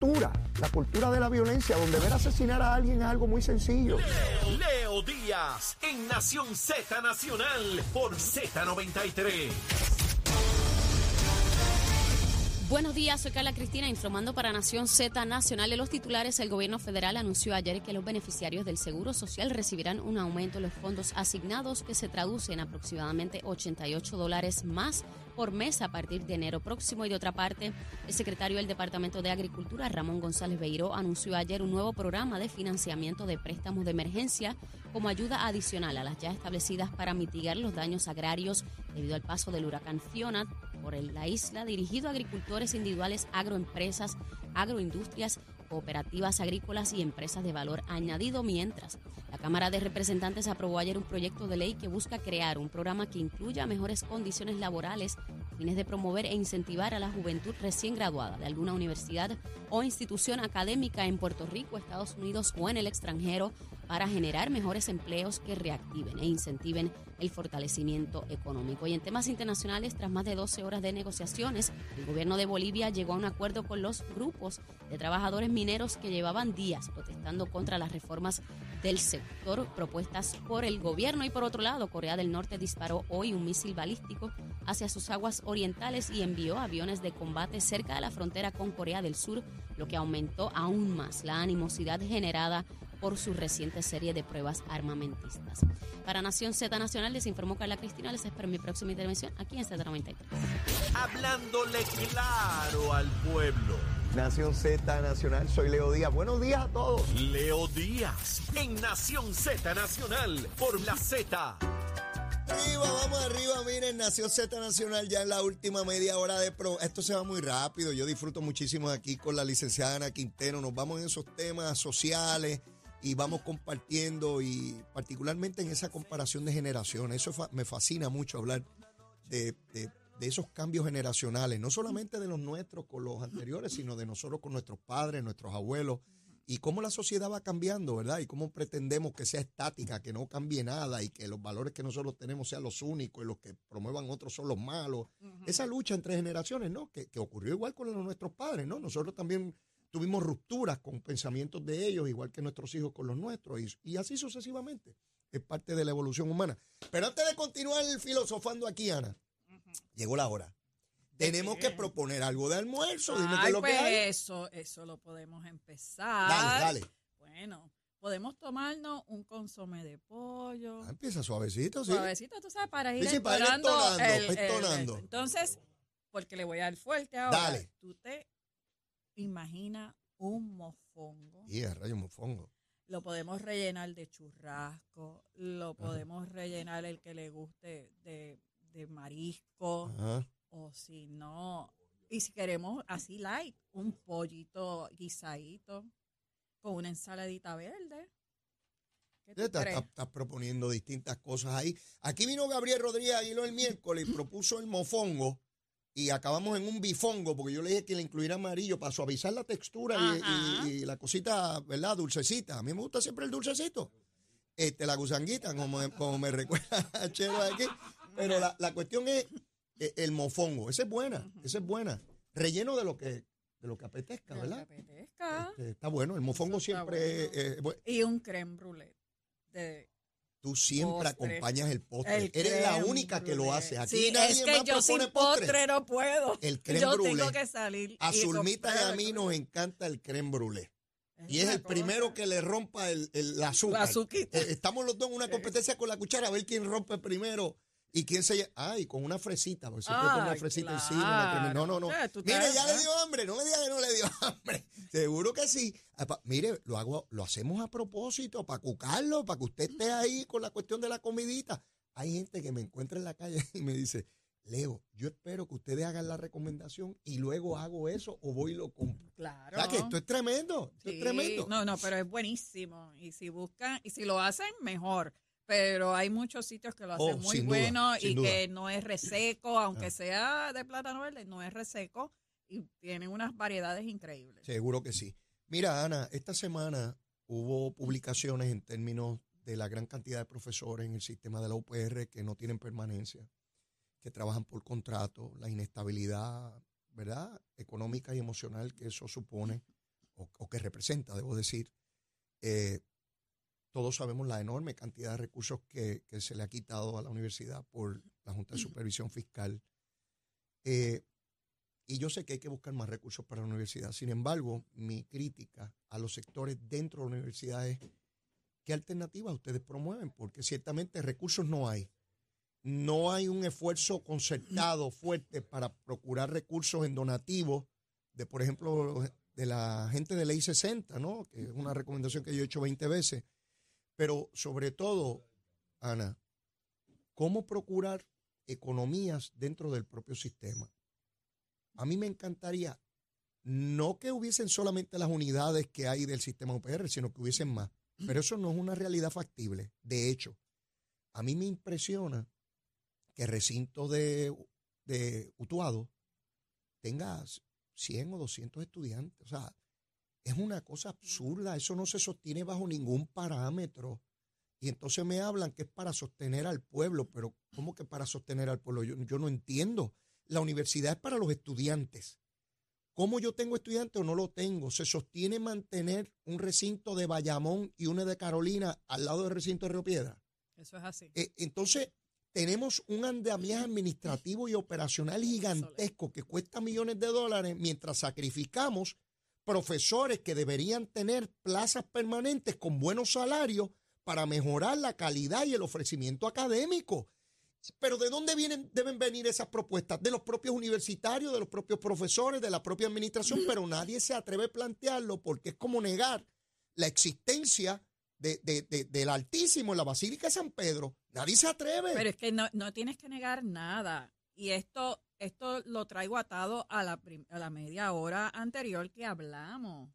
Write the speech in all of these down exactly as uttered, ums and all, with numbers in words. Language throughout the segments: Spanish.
cultura, la cultura de la violencia, donde ver asesinar a alguien es algo muy sencillo. Leo, Leo Díaz, en Nación Z Nacional, por Z noventa y tres. Buenos días, soy Carla Cristina informando para Nación Z Nacional. De los titulares, el gobierno federal anunció ayer que los beneficiarios del Seguro Social recibirán un aumento en los fondos asignados que se traduce en aproximadamente ochenta y ocho dólares más por mes a partir de enero próximo. Y de otra parte, el secretario del Departamento de Agricultura, Ramón González Beiró, anunció ayer un nuevo programa de financiamiento de préstamos de emergencia como ayuda adicional a las ya establecidas para mitigar los daños agrarios debido al paso del huracán Fiona por la isla, dirigido a agricultores individuales, agroempresas, agroindustrias, cooperativas agrícolas y empresas de valor añadido. Mientras, la Cámara de Representantes aprobó ayer un proyecto de ley que busca crear un programa que incluya mejores condiciones laborales a fines de promover e incentivar a la juventud recién graduada de alguna universidad o institución académica en Puerto Rico, Estados Unidos o en el extranjero para generar mejores empleos que reactiven e incentiven el fortalecimiento económico. Y en temas internacionales, tras más de doce horas de negociaciones, el gobierno de Bolivia llegó a un acuerdo con los grupos de trabajadores mineros que llevaban días protestando contra las reformas del sector propuestas por el gobierno. Y por otro lado, Corea del Norte disparó hoy un misil balístico hacia sus aguas orientales y envió aviones de combate cerca de la frontera con Corea del Sur, lo que aumentó aún más la animosidad generada por su reciente serie de pruebas armamentistas. Para Nación Z Nacional, les informó Carla Cristina. Les espero en mi próxima intervención aquí en Z noventa y tres. Hablándole claro al pueblo. Nación Z Nacional, soy Leo Díaz. Buenos días a todos. Leo Díaz, en Nación Z Nacional, por la Z. Arriba, vamos arriba, miren, Nación Z Nacional ya en la última media hora de pro. Esto se va muy rápido, yo disfruto muchísimo aquí con la licenciada Ana Quintero. Nos vamos en esos temas sociales y vamos compartiendo, y particularmente en esa comparación de generaciones. Eso fa- me fascina mucho hablar de, de, de esos cambios generacionales, no solamente de los nuestros con los anteriores, sino de nosotros con nuestros padres, nuestros abuelos, y cómo la sociedad va cambiando, ¿verdad? Y cómo pretendemos que sea estática, que no cambie nada y que los valores que nosotros tenemos sean los únicos y los que promuevan otros son los malos. Uh-huh. Esa lucha entre generaciones, ¿no? Que, que ocurrió igual con los, nuestros padres, ¿no? Nosotros también tuvimos rupturas con pensamientos de ellos, igual que nuestros hijos con los nuestros, y, y así sucesivamente. Es parte de la evolución humana. Pero antes de continuar filosofando aquí, Ana, uh-huh. llegó la hora. Tenemos que proponer algo de almuerzo. Dime qué es lo pues que hay. Eso, eso lo podemos empezar. Dale, dale. Bueno, podemos tomarnos un consomé de pollo. Ah, empieza suavecito, sí. Suavecito, tú sabes, para ir Sí, sí, para ir entonando. entonando, el- el- entonando. el- entonces, porque le voy a dar fuerte ahora. Dale. Tú te imaginas un mofongo. Y a rayo mofongo. Lo podemos rellenar de churrasco, lo podemos rellenar el que le guste de, de marisco. Ajá. O si no, y si queremos así light, un pollito guisadito con una ensaladita verde. ¿Qué tú Estás, crees? estás- estás proponiendo distintas cosas ahí. Aquí vino Gabriel Rodríguez Aguiló el miércoles y propuso el mofongo y acabamos en un bifongo porque yo le dije que le incluyera amarillo para suavizar la textura y, Ajá. y- y la cosita, ¿verdad? Dulcecita. A mí me gusta siempre el dulcecito. Este, la gusanguita, como, me- como me recuerda a Chelo de aquí. Pero la, la cuestión es eh, el mofongo. Esa es buena, esa es buena. Relleno de lo que, de lo que apetezca, De lo ¿verdad? que apetezca. Este, está bueno. El mofongo Eso está siempre bueno. es, es bu- Y un creme brûlée. De, Tú siempre Postre. acompañas el postre. el Eres la crème única que lo brûlée. hace. Aquí sí, nadie es más que yo sin propone postre. no puedo. El crème yo brûlée. tengo que salir. A y Zulmita y a comprar mí el- nos encanta el creme brûlée. Y es una el cosa. primero que le rompa el, el la azúcar. La azuquita. Eh, estamos los dos en una competencia con la cuchara a ver quién rompe primero y quién se... Ay, con una fresita, porque siempre con una Ay, fresita claro. encima. Una crema. No, no, no. O sea, tú Mire, estás- ya le ¿eh? dio hambre. No me diga que no le dio hambre. Seguro que sí. Apa- Mire, lo hago, lo hacemos a propósito, para cucarlo, para que usted esté ahí con la cuestión de la comidita. Hay gente que me encuentra en la calle y me dice, Leo, yo espero que ustedes hagan la recomendación y luego hago eso o voy y lo compro. Claro. O sea que esto es tremendo, esto es Sí, tremendo. No, no, pero es buenísimo. Y si buscan, y si lo hacen, mejor. Pero hay muchos sitios que lo hacen Oh, muy sin duda, bueno sin y duda. que no es reseco, aunque Ah. sea de plátano verde, no es reseco y tienen unas variedades increíbles. Seguro que sí. Mira, Ana, esta semana hubo publicaciones en términos de la gran cantidad de profesores en el sistema de la U P R que no tienen permanencia, que trabajan por contrato, la inestabilidad, ¿verdad?, económica y emocional que eso supone o, o que representa, debo decir, eh, todos sabemos la enorme cantidad de recursos que, que se le ha quitado a la universidad por la Junta de Supervisión Fiscal. Eh, y yo sé que hay que buscar más recursos para la universidad. Sin embargo, mi crítica a los sectores dentro de la universidad es qué alternativas ustedes promueven, porque ciertamente recursos no hay. No hay un esfuerzo concertado fuerte para procurar recursos en donativos de, por ejemplo, de la gente de Ley sesenta, ¿no? Que es una recomendación que yo he hecho veinte veces. Pero sobre todo, Ana, ¿cómo procurar economías dentro del propio sistema? A mí me encantaría no que hubiesen solamente las unidades que hay del sistema U P R, sino que hubiesen más. Pero eso no es una realidad factible. De hecho, a mí me impresiona que el recinto de, de Utuado tenga cien o doscientos estudiantes. O sea, es una cosa absurda. Eso no se sostiene bajo ningún parámetro. Y entonces me hablan que es para sostener al pueblo. Pero ¿cómo que para sostener al pueblo? Yo, yo no entiendo. La universidad es para los estudiantes. ¿Cómo yo tengo estudiantes o no lo tengo? ¿Se sostiene mantener un recinto de Bayamón y uno de Carolina al lado del recinto de Río Piedra? Eso es así. Eh, entonces, tenemos un andamiaje administrativo y operacional gigantesco que cuesta millones de dólares mientras sacrificamos profesores que deberían tener plazas permanentes con buenos salarios para mejorar la calidad y el ofrecimiento académico. Pero ¿de dónde vienen, deben venir esas propuestas? De los propios universitarios, de los propios profesores, de la propia administración, pero nadie se atreve a plantearlo porque es como negar la existencia de, de, de, del Altísimo en la Basílica de San Pedro. Nadie se atreve. Pero es que no, no tienes que negar nada. Y esto, esto lo traigo atado a la, prim, a la media hora anterior que hablamos.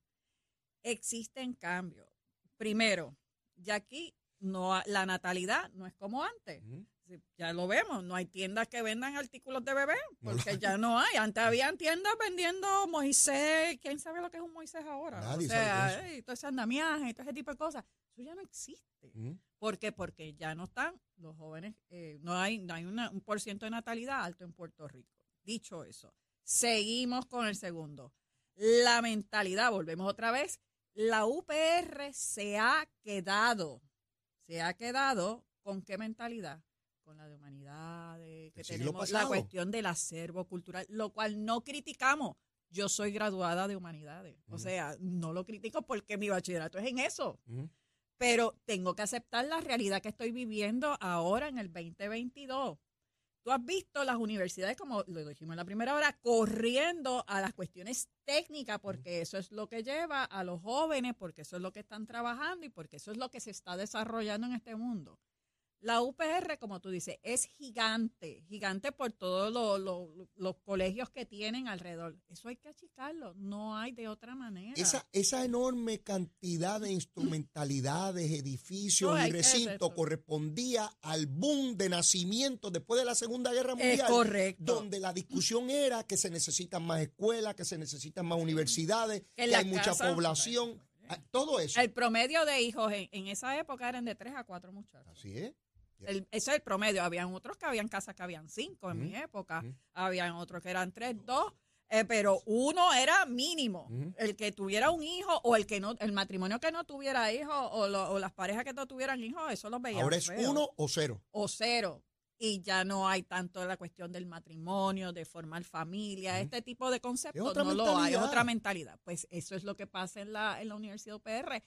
Existen cambios. Primero, ya aquí no, la natalidad no es como antes. Uh-huh. Ya lo vemos, no hay tiendas que vendan artículos de bebé, porque no ya no hay. Antes habían tiendas vendiendo Moisés, ¿quién sabe lo que es un Moisés ahora? Nadie o sea, sabe hey, todo ese andamiaje y todo ese tipo de cosas. Eso ya no existe. ¿Mm? ¿Por qué? Porque ya no están los jóvenes, eh, no hay, no hay una, un por ciento de natalidad alto en Puerto Rico. Dicho eso, seguimos con el segundo. La mentalidad, volvemos otra vez. La U P R se ha quedado, se ha quedado ¿con qué mentalidad? Con la de humanidades, que tenemos la cuestión del acervo cultural, lo cual no criticamos. Yo soy graduada de humanidades, uh-huh. o sea, no lo critico porque mi bachillerato es en eso, uh-huh. pero tengo que aceptar la realidad que estoy viviendo ahora en el veinte veintidós. Tú has visto las universidades, como lo dijimos en la primera hora, corriendo a las cuestiones técnicas porque uh-huh. eso es lo que lleva a los jóvenes, porque eso es lo que están trabajando y porque eso es lo que se está desarrollando en este mundo. La U P R, como tú dices, es gigante, gigante por todos lo, lo, los colegios que tienen alrededor. Eso hay que achicarlo, no hay de otra manera. Esa, esa enorme cantidad de instrumentalidades, edificios no, y recintos correspondía al boom de nacimiento después de la Segunda Guerra Mundial. Es correcto. Donde la discusión era que se necesitan más escuelas, que se necesitan más universidades, que, que hay mucha casa, población, todo eso. El promedio de hijos en, en esa época eran de tres a cuatro muchachos. Así es. El, ese es el promedio. Habían otros que habían casas que habían cinco en uh-huh. mi época. Uh-huh. Habían otros que eran tres, dos. Eh, pero uno era mínimo. Uh-huh. El que tuviera un hijo o el que no, el matrimonio que no tuviera hijos o, lo, o las parejas que no tuvieran hijos, eso los veían. Ahora es feo. uno o cero. O cero. Y ya no hay tanto la cuestión del matrimonio, de formar familia, uh-huh. este tipo de conceptos no mentalidad. Lo hay, es otra mentalidad. Pues eso es lo que pasa en la, en la Universidad U P R.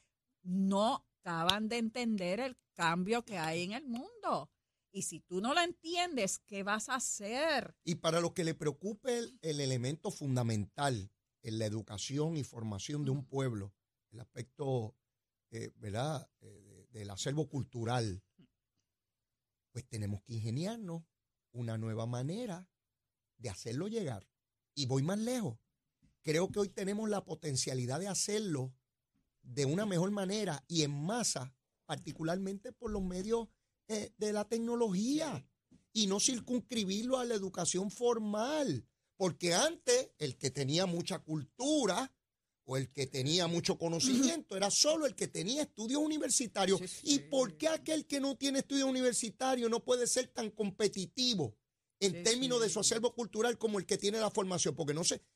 No acaban de entender el cambio que hay en el mundo. Y si tú no lo entiendes, ¿qué vas a hacer? Y para lo que le preocupe el, el elemento fundamental en la educación y formación de un pueblo, el aspecto, eh, ¿verdad?, eh, de, del acervo cultural, pues tenemos que ingeniarnos una nueva manera de hacerlo llegar. Y voy más lejos. Creo que hoy tenemos la potencialidad de hacerlo de una mejor manera y en masa, particularmente por los medios eh, de la tecnología, y no circunscribirlo a la educación formal, porque antes el que tenía mucha cultura o el que tenía mucho conocimiento era solo el que tenía estudios universitarios. Sí, sí. ¿Y por qué aquel que no tiene estudios universitarios no puede ser tan competitivo en sí, términos sí. de su acervo cultural como el que tiene la formación? Porque no sé,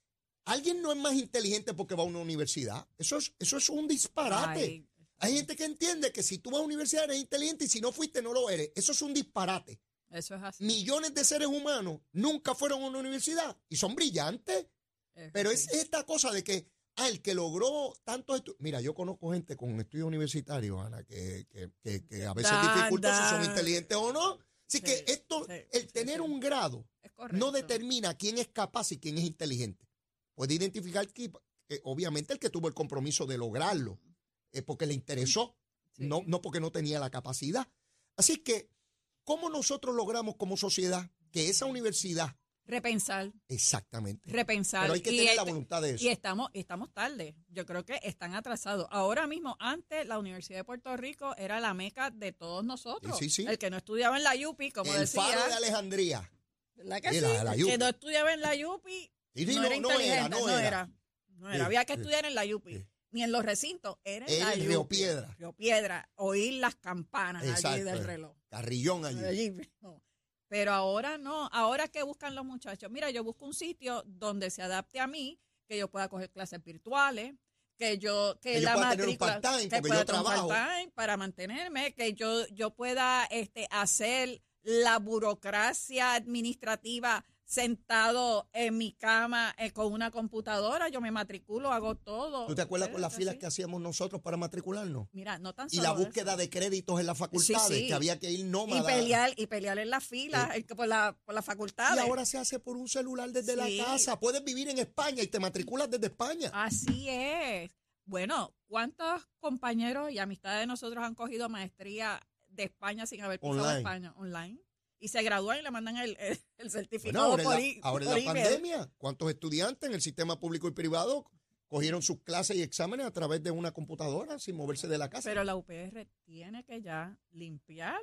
Alguien no es más inteligente porque va a una universidad. Eso es, eso es un disparate. Ay, Hay gente que entiende que si tú vas a la universidad eres inteligente y si no fuiste no lo eres. Eso es un disparate. eso es así. Millones de seres humanos nunca fueron a una universidad y son brillantes. Es Pero así. es esta cosa de que, ah, el que logró tantos estudios. Mira, yo conozco gente con estudios universitarios, Ana, que, que, que, que a veces Da, dificulta si da. son inteligentes o no. Así Sí, que esto, sí, el sí, tener sí. un grado Es correcto. no determina quién es capaz y quién es inteligente. Puede identificar que, que obviamente el que tuvo el compromiso de lograrlo, eh, porque le interesó, Sí. no, no porque no tenía la capacidad. Así que, ¿cómo nosotros logramos como sociedad que esa universidad, Repensar, exactamente, repensar. pero hay que Y tener la este- voluntad de eso? Y estamos, estamos tarde. Yo creo que están atrasados. Ahora mismo, antes, la Universidad de Puerto Rico era la meca de todos nosotros. Sí, sí, sí. El que no estudiaba en la Yupi, como el decía. faro de Alejandría. ¿Verdad que Sí, sí? la- la El Yupi. que no estudiaba en la Yupi Sí, sí, no, no- era no era, inteligente. no No era. era. No era. Sí, Había que sí. estudiar en la Yupi. Sí. Ni en los recintos. Era en Era la en Yupi. Río Piedra. Río Piedra. Oír las campanas allí Exacto. del reloj. Carrillón allí. Allí, no. Pero ahora no, ahora que buscan los muchachos. Mira, yo busco un sitio donde se adapte a mí, que yo pueda coger clases virtuales, que yo que, Que yo la pueda tener un matrícula part-time, que porque pueda yo tener un trabajo. part-time para mantenerme, que yo yo pueda este hacer la burocracia administrativa sentado en mi cama eh, con una computadora, yo me matriculo, hago todo. ¿Tú te acuerdas con las Sí, filas sí. que hacíamos nosotros para matricularnos? Mira, no tan Y solo la eso. búsqueda de créditos en las facultades, Sí, sí. que había que ir y nómada. pelear y pelear en las filas Sí. eh, por la por la facultad. Y ahora se hace por un celular desde Sí. la casa. Puedes vivir en España y te matriculas desde España. Así es. Bueno, ¿cuántos compañeros y amistades de nosotros han cogido maestría de España sin haber pisado Online. España? Online. Y se gradúan y le mandan el, el, el Bueno, certificado ahora en por, la, i- ahora en por la email. pandemia, ¿cuántos estudiantes en el sistema público y privado cogieron sus clases y exámenes a través de una computadora sin moverse de la casa? Pero la U P R tiene que ya limpiar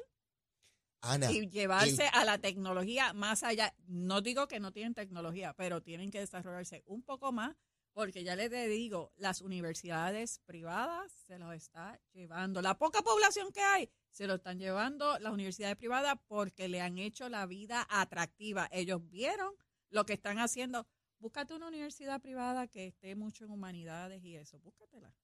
Ana, y llevarse el- a la tecnología más allá. No digo que no tienen tecnología, pero tienen que desarrollarse un poco más, porque ya les digo, las universidades privadas se los está llevando. La poca población que hay, se lo están llevando las universidades privadas porque le han hecho la vida atractiva. Ellos vieron lo que están haciendo. Búscate una universidad privada que esté mucho en humanidades y eso, búscatela.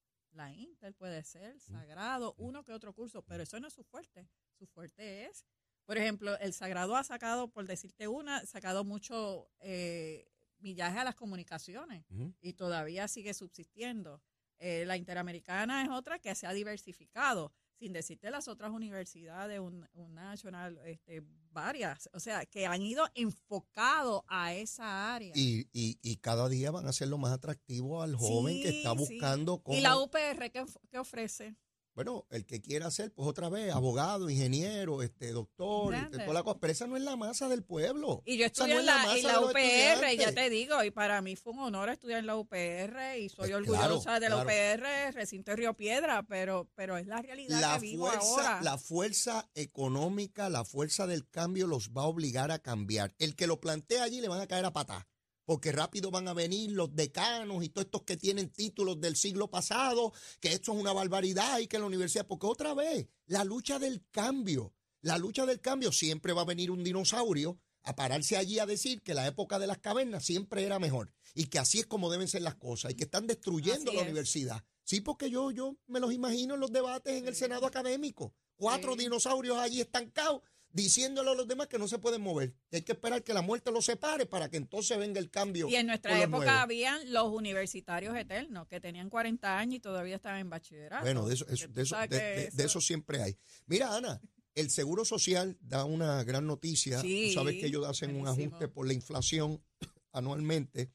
La Intel puede ser, Sagrado, uno que otro curso, pero eso no es su fuerte. Su fuerte es, por ejemplo, el Sagrado ha sacado, por decirte una, sacado mucho eh, millaje a las comunicaciones Ujú. y todavía sigue subsistiendo. Eh, la Interamericana es otra que se ha diversificado, sin decirte las otras universidades, un, un National, este, varias, o sea, que han ido enfocados a esa área. Y, y, y cada día van a hacerlo más atractivo al joven que está Sí, sí. buscando cómo. ¿Y la U P R qué, of- qué ofrece? Bueno, el que quiera ser, pues otra vez, abogado, ingeniero, este, doctor, este, Grande. toda la cosa. Pero esa no es la masa del pueblo. Y yo Esa estudié no en es la, masa en de la los U P R, ya estudiantes. te digo, y para mí fue un honor estudiar en la U P R y soy Pues orgullosa claro, de la claro. U P R, recinto de Río Piedra, pero, pero es la realidad La que vivo fuerza, ahora. la fuerza económica, la fuerza del cambio los va a obligar a cambiar. El que lo plantea allí le van a caer a patá, porque rápido van a venir los decanos y todos estos que tienen títulos del siglo pasado, que esto es una barbaridad y que la universidad, porque otra vez, la lucha del cambio, la lucha del cambio, siempre va a venir un dinosaurio a pararse allí a decir que la época de las cavernas siempre era mejor y que así es como deben ser las cosas y que están destruyendo Así la es. universidad. Sí, porque yo, yo me los imagino en los debates en el Senado académico. Cuatro Sí. dinosaurios allí estancados diciéndole a los demás que no se pueden mover. Que hay que esperar que la muerte los separe para que entonces venga el cambio. Y en nuestra con los época nuevos. habían los universitarios eternos que tenían cuarenta años y todavía estaban en bachillerato. Bueno, de eso, Que eso- tú de, eso, sabes de- que de- de eso siempre hay. Mira, Ana, el Seguro Social da una gran noticia. Sí, Tú sabes que ellos hacen un buenísimo. ajuste por la inflación anualmente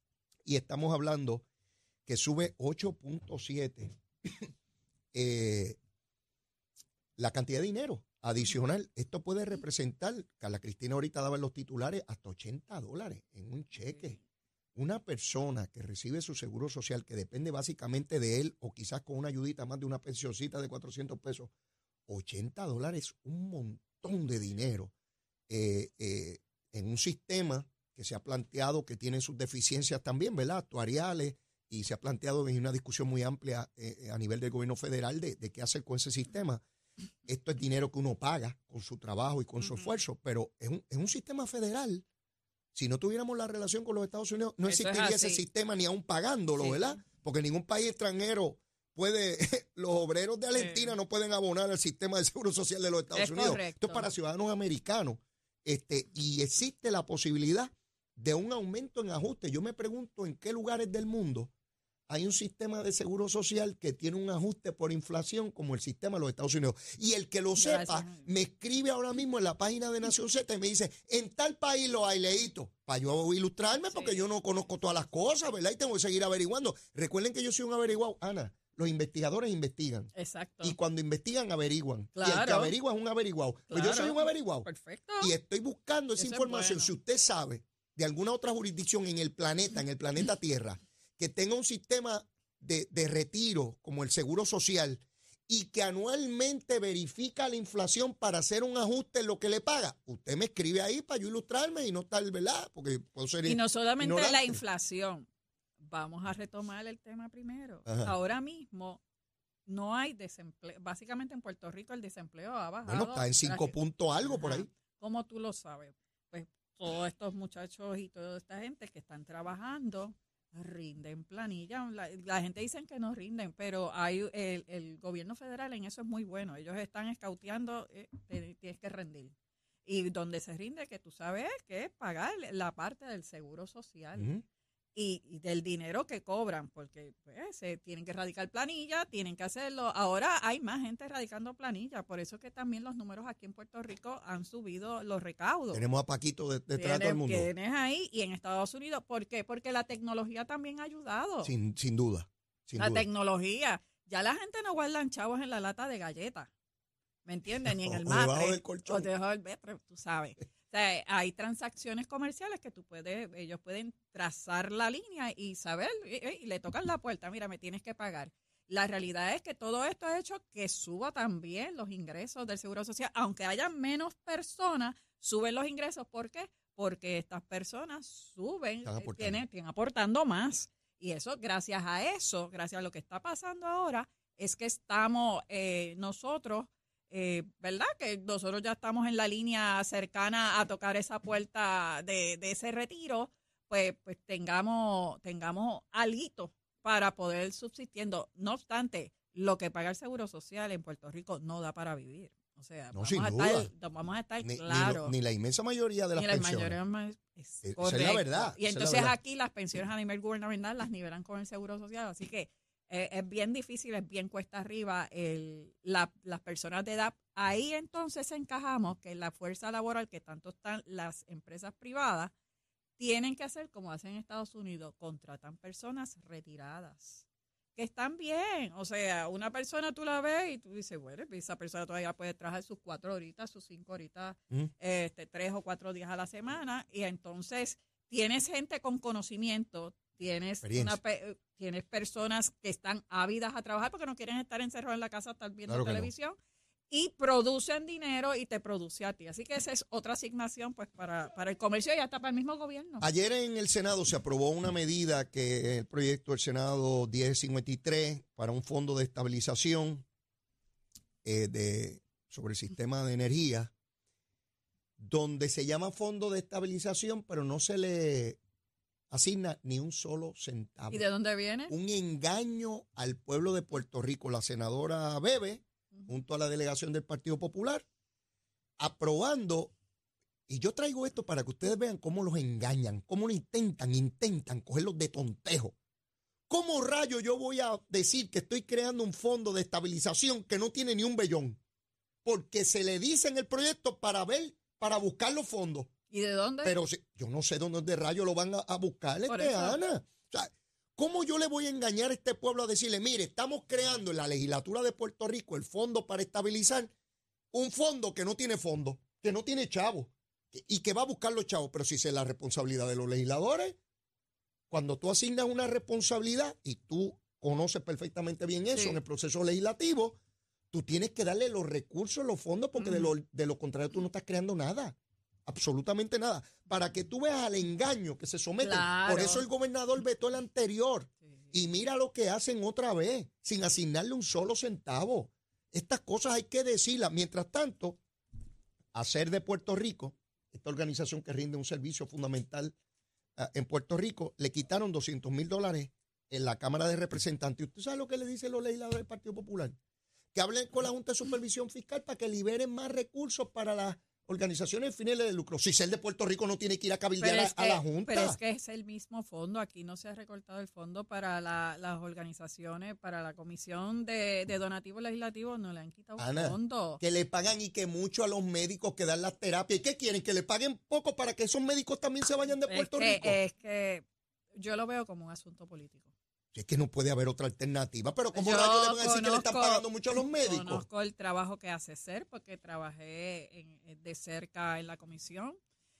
y estamos hablando que sube ocho punto siete eh, la cantidad de dinero adicional. Esto puede representar, Carla Cristina ahorita daba en los titulares, hasta ochenta dólares en un cheque. Una persona que recibe su seguro social, que depende básicamente de él, o quizás con una ayudita más de una pensioncita de cuatrocientos pesos, ochenta dólares, un montón de dinero eh, eh, en un sistema que se ha planteado que tiene sus deficiencias también, ¿verdad? Actuariales, y se ha planteado en una discusión muy amplia eh, a nivel del gobierno federal de, de qué hacer con ese sistema. Esto es dinero que uno paga con su trabajo y con su Ujú. esfuerzo, pero es un, es un sistema federal. Si no tuviéramos la relación con los Estados Unidos, no Eso es existiría ese así. sistema ni aún pagándolo, Sí. ¿verdad? Porque ningún país extranjero puede, los obreros de Argentina Sí. no pueden abonar al sistema de seguro social de los Estados Es Unidos. correcto. Esto es para ciudadanos americanos. Este, y existe la posibilidad de un aumento en ajuste. Yo me pregunto en qué lugares del mundo hay un sistema de seguro social que tiene un ajuste por inflación como el sistema de los Estados Unidos. Y el que lo Gracias. sepa, me escribe ahora mismo en la página de Nación Z y me dice, en tal país lo hay, leíto, para yo ilustrarme, porque Sí. yo no conozco todas las cosas, ¿verdad? Y tengo que seguir averiguando. Recuerden que yo soy un averiguado. Ana, los investigadores investigan. Exacto. Y cuando investigan, averiguan. Y el que Claro. averigua es un averiguado. Pues yo Claro. soy un averiguado. Perfecto. Y estoy buscando esa Eso es información. bueno. Si usted sabe de alguna otra jurisdicción en el planeta, en el planeta Tierra, que tenga un sistema de, de retiro como el Seguro Social y que anualmente verifica la inflación para hacer un ajuste en lo que le paga, usted me escribe ahí para yo ilustrarme y no estar, ¿verdad? Porque puedo ser Y no solamente la ignorante. inflación. Vamos a retomar el tema primero. Ajá. Ahora mismo no hay desempleo. Básicamente en Puerto Rico el desempleo ha bajado. Bueno, está en cinco Gracias. puntos algo por Ajá. ahí. ¿Cómo tú lo sabes? Pues todos estos muchachos y toda esta gente que están trabajando rinden planilla. La, la gente dice que no rinden, pero hay el, el gobierno federal en eso es muy bueno. Ellos están escauteando, eh, te- tienes que rendir. Y donde se rinde, que tú sabes, que es pagar la parte del seguro social. Ujú. y, y del dinero que cobran, porque pues, se tienen que radicar planilla, tienen que hacerlo. Ahora hay más gente radicando planilla, por eso que también los números aquí en Puerto Rico han subido los recaudos. Tenemos a Paquito de- detrás de todo el mundo. Tienes, tienes ahí y en Estados Unidos, ¿por qué? Porque la tecnología también ha ayudado. Sin, sin duda. Sin la duda. tecnología. Ya la gente no guarda chavos en la lata de galletas. ¿Me entiendes? Ni en el O debajo matre. del colchón. O debajo del matre, tú sabes. O sea, hay transacciones comerciales que tú puedes, ellos pueden trazar la línea y saber, y, y le tocan la puerta, mira, me tienes que pagar. La realidad es que todo esto ha hecho que suba también los ingresos del Seguro Social. Aunque haya menos personas, suben los ingresos. ¿Por qué? Porque estas personas suben, Están eh, aportando. tienen, tienen aportando más. Y eso, gracias a eso, gracias a lo que está pasando ahora, es que estamos eh, nosotros, eh, ¿verdad? Que nosotros ya estamos en la línea cercana a tocar esa puerta de, de ese retiro, pues, pues tengamos, tengamos alguito para poder subsistiendo. No obstante, lo que paga el Seguro Social en Puerto Rico no da para vivir. O sea, No, vamos, sin a duda. estar, vamos a estar Ni, ni claros. lo- ni la inmensa mayoría de las Ni la pensiones. mayoría más- es Esa es la correcto. verdad, Y esa es la entonces verdad. aquí las pensiones a nivel gubernamental las nivelan con el Seguro Social. Así que eh, es bien difícil, es bien cuesta arriba el, la- las personas de edad. Ahí entonces encajamos que la fuerza laboral que tanto están las empresas privadas tienen que hacer como hacen en Estados Unidos, contratan personas retiradas. Que están bien, o sea, una persona tú la ves y tú dices, bueno, esa persona todavía puede trabajar sus cuatro horitas, sus cinco horitas, Mm. este, tres o cuatro días a la semana, y entonces tienes gente con conocimiento, tienes Experiencia. una pe- tienes personas que están ávidas a trabajar porque no quieren estar encerrados en la casa, estar viendo Claro que no. televisión, y producen dinero y te produce a ti. Así que esa es otra asignación pues para, para el comercio y hasta para el mismo gobierno. Ayer en el Senado se aprobó una medida que es el proyecto del Senado diez cincuenta y tres para un fondo de estabilización eh, de, sobre el sistema de energía, donde se llama fondo de estabilización, pero no se le asigna ni un solo centavo. ¿Y de dónde viene? Un engaño al pueblo de Puerto Rico. La senadora Bebe, junto a la delegación del Partido Popular, aprobando, y yo traigo esto para que ustedes vean cómo los engañan, cómo lo intentan, intentan cogerlos de tontejo. ¿Cómo rayo yo voy a decir que estoy creando un fondo de estabilización que no tiene ni un bellón? Porque se le dice en el proyecto para ver, para buscar los fondos. ¿Y de dónde? Pero si- yo no sé dónde de rayo lo van a, a buscar, Por este, eso. Ana. O sea, ¿cómo yo le voy a engañar a este pueblo a decirle, mire, estamos creando en la legislatura de Puerto Rico el fondo para estabilizar un fondo que no tiene fondo, que no tiene chavos que- y que va a buscar los chavos? Pero si esa es la responsabilidad de los legisladores, cuando tú asignas una responsabilidad y tú conoces perfectamente bien eso Sí. en el proceso legislativo, tú tienes que darle los recursos, los fondos, porque de, lo, de lo contrario tú no estás creando nada. Absolutamente nada. Para que tú veas al engaño que se someten. Claro. Por eso el gobernador vetó el anterior. Y mira lo que hacen otra vez, sin asignarle un solo centavo. Estas cosas hay que decirlas. Mientras tanto, hacer de Puerto Rico esta organización que rinde un servicio fundamental uh, en Puerto Rico, le quitaron doscientos mil dólares en la Cámara de Representantes. ¿Y usted sabe lo que le dicen los legisladores del Partido Popular? Que hablen con la Junta de Supervisión Fiscal para que liberen más recursos para las organizaciones de fines de lucro. Si el de Puerto Rico no tiene que ir a cabildear es a, que, a la Junta. Pero es que es el mismo fondo. Aquí no se ha recortado el fondo para la, las organizaciones, para la Comisión de, de Donativos Legislativos. No le han quitado Ana, fondo. que le pagan y que mucho a los médicos que dan las terapias. ¿Y qué quieren? Que le paguen poco para que esos médicos también se vayan de Puerto es que, Rico. Es que yo lo veo como un asunto político. Es que no puede haber otra alternativa. Pero ¿cómo Yo rayos le van a decir que le están conozco- pagando mucho a los médicos? Conozco el trabajo que hace SER porque trabajé en- de cerca en la comisión.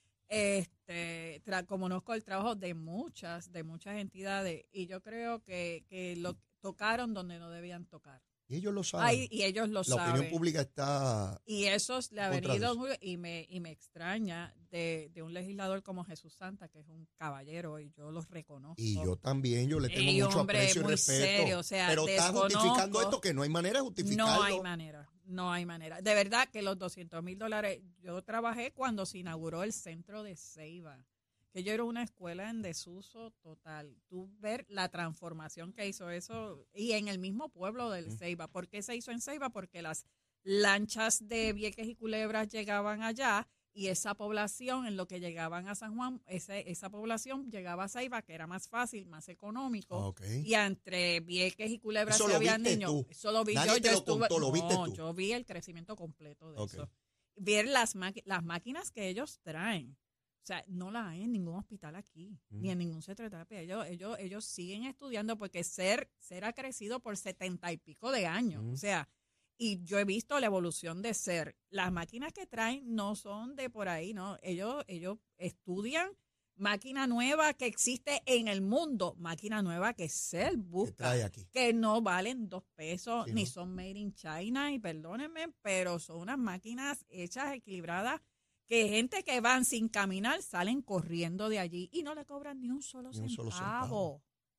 Este, tra- conozco el trabajo de muchas, de muchas entidades y yo creo que, que lo tocaron donde no debían tocar. Y ellos lo saben. Ay, y ellos lo la saben. opinión pública está... Y eso le ha contra venido eso. muy, y me y me extraña de, de un legislador como Jesús Santa, que es un caballero y yo los reconozco. Y yo también, yo le tengo Y mucho hombre, aprecio y muy respeto. serio, o sea, pero está justificando desconozco. esto que no hay manera de justificarlo. No hay manera, no hay manera. De verdad que los doscientos mil dólares, yo trabajé cuando se inauguró el centro de Ceiba, que yo era una escuela en desuso total. Tú ver la transformación que hizo eso y en el mismo pueblo del Ceiba. ¿Por qué se hizo en Ceiba? Porque las lanchas de Vieques y Culebras llegaban allá y esa población, en lo que llegaban a San Juan, ese, esa población llegaba a Ceiba, que era más fácil, más económico. Ok. Y entre Vieques y Culebras Eso se lo habían viste niños. tú. Eso lo vi Nadie yo. te yo lo estuve, contó, lo viste no, tú. yo vi el crecimiento completo de Ok. eso. Ver las, maqui- las máquinas que ellos traen. O sea, no las hay en ningún hospital aquí, Mm. ni en ningún centro de terapia. Ellos, ellos, ellos siguen estudiando porque ser, ser ha crecido por setenta y pico de años. Mm. O sea, y yo he visto la evolución de ser. Las máquinas que traen no son de por ahí, ¿no? Ellos, ellos estudian máquina nueva que existe en el mundo, máquina nueva que ser ¿Qué busca, trae aquí? que no valen dos pesos, Sí, ni ¿no? son made in China, y perdónenme, pero son unas máquinas hechas, equilibradas, que gente que van sin caminar salen corriendo de allí y no le cobran ni un solo, Ni un centavo. solo centavo.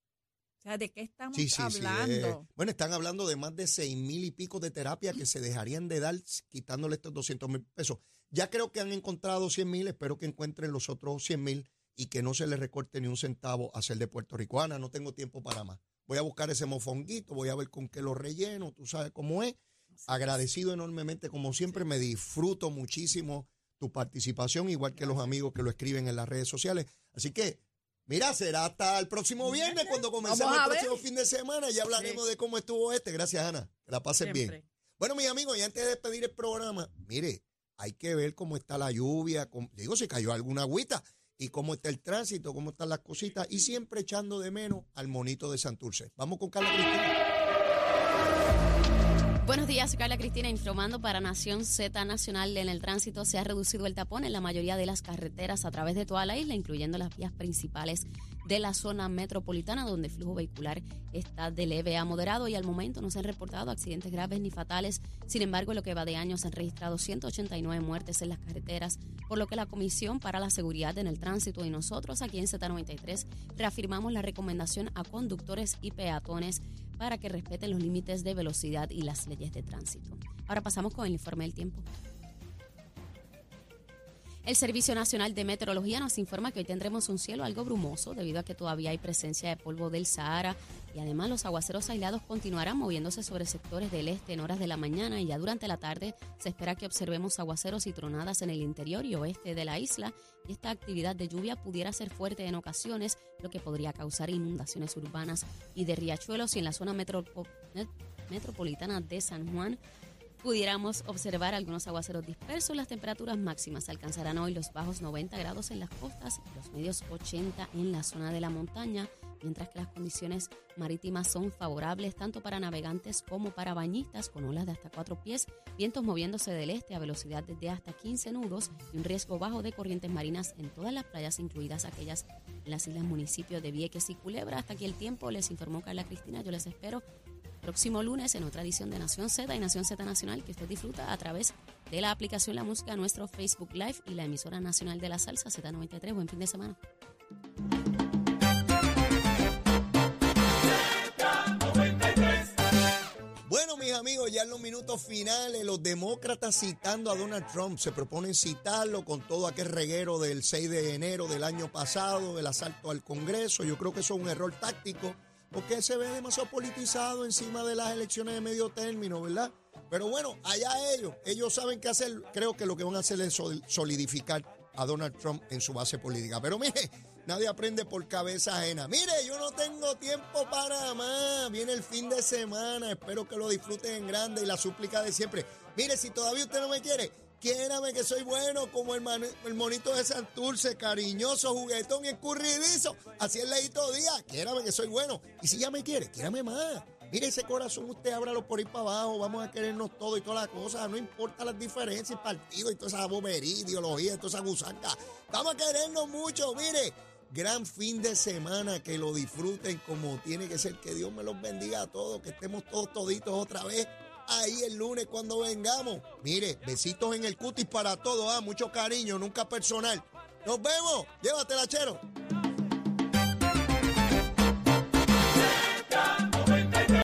O sea, ¿de qué estamos Sí, sí, sí. hablando? eh, bueno, están hablando de más de seis mil y pico de terapias que se dejarían de dar quitándole estos doscientos mil pesos. Ya creo que han encontrado cien mil, espero que encuentren los otros cien mil y que no se les recorte ni un centavo a ser de Puerto Rico. Ana, no tengo tiempo para más. Voy a buscar ese mofonguito, voy a ver con qué lo relleno, tú sabes cómo es. Agradecido enormemente, como siempre, me disfruto muchísimo tu participación, igual que los amigos que lo escriben en las redes sociales. Así que, mira, será hasta el próximo viernes cuando comencemos Vamos a el ver. próximo fin de semana. Ya hablaremos Sí. de cómo estuvo este. Gracias, Ana. Que la pasen bien. Siempre. Bueno, mis amigos, y antes de despedir el programa, mire, hay que ver cómo está la lluvia, cómo- digo, si cayó alguna agüita, y cómo está el tránsito, cómo están las cositas, y siempre echando de menos al monito de Santurce. Vamos con Carla Cristina. Buenos días, soy Carla Cristina informando para Nación Z Nacional. En el tránsito se ha reducido el tapón en la mayoría de las carreteras a través de toda la isla, incluyendo las vías principales de la zona metropolitana, donde el flujo vehicular está de leve a moderado y al momento no se han reportado accidentes graves ni fatales. Sin embargo, en lo que va de año se han registrado ciento ochenta y nueve muertes en las carreteras, por lo que la Comisión para la Seguridad en el Tránsito y nosotros aquí en Z noventa y tres reafirmamos la recomendación a conductores y peatones para que respeten los límites de velocidad y las leyes de tránsito. Ahora pasamos con el informe del tiempo. El Servicio Nacional de Meteorología nos informa que hoy tendremos un cielo algo brumoso debido a que todavía hay presencia de polvo del Sahara y además los aguaceros aislados continuarán moviéndose sobre sectores del este en horas de la mañana y ya durante la tarde se espera que observemos aguaceros y tronadas en el interior y oeste de la isla y esta actividad de lluvia pudiera ser fuerte en ocasiones, lo que podría causar inundaciones urbanas y de riachuelos y en la zona metropo- metropolitana de San Juan. Pudiéramos observar algunos aguaceros dispersos. Las temperaturas máximas alcanzarán hoy los bajos noventa grados en las costas y los medios ochenta en la zona de la montaña, mientras que las condiciones marítimas son favorables tanto para navegantes como para bañistas, con olas de hasta cuatro pies, vientos moviéndose del este a velocidad de hasta quince nudos y un riesgo bajo de corrientes marinas en todas las playas, incluidas aquellas en las islas municipios de Vieques y Culebra. Hasta aquí el tiempo, les informó Carla Cristina. Yo les espero próximo lunes en otra edición de Nación Z y Nación Z Nacional, que usted disfruta a través de la aplicación La Música, nuestro Facebook Live y la emisora nacional de la salsa Z noventa y tres. Buen fin de semana. Bueno, mis amigos. amigos, ya en los minutos finales, los demócratas citando a Donald Trump, se proponen citarlo con todo aquel reguero del seis de enero del año pasado, el asalto al Congreso. Yo creo que eso es un error táctico, porque él se ve demasiado politizado encima de las elecciones de medio término, ¿verdad? Pero bueno, allá ellos, ellos saben qué hacer. Creo que lo que van a hacer es solidificar a Donald Trump en su base política. Pero mire, nadie aprende por cabeza ajena. Mire, yo no tengo tiempo para más. Viene el fin de semana. Espero que lo disfruten en grande y la súplica de siempre. Mire, si todavía usted no me quiere, quiérame que soy bueno como el, man, el monito de Santurce, cariñoso, juguetón y escurridizo. Así es Leito Díaz. Quiérame que soy bueno. Y si ya me quiere, quiérame más. Mire ese corazón, usted ábralo por ahí para abajo, vamos a querernos todo y todas las cosas, no importa las diferencias, partidos y toda esa bobería, ideología, toda esa gusanca. Vamos a querernos mucho, mire, gran fin de semana, que lo disfruten como tiene que ser, que Dios me los bendiga a todos, que estemos todos toditos otra vez ahí el lunes cuando vengamos. Mire, besitos en el cutis para todos, ah, mucho cariño, nunca personal. Nos vemos, llévatela, Chero.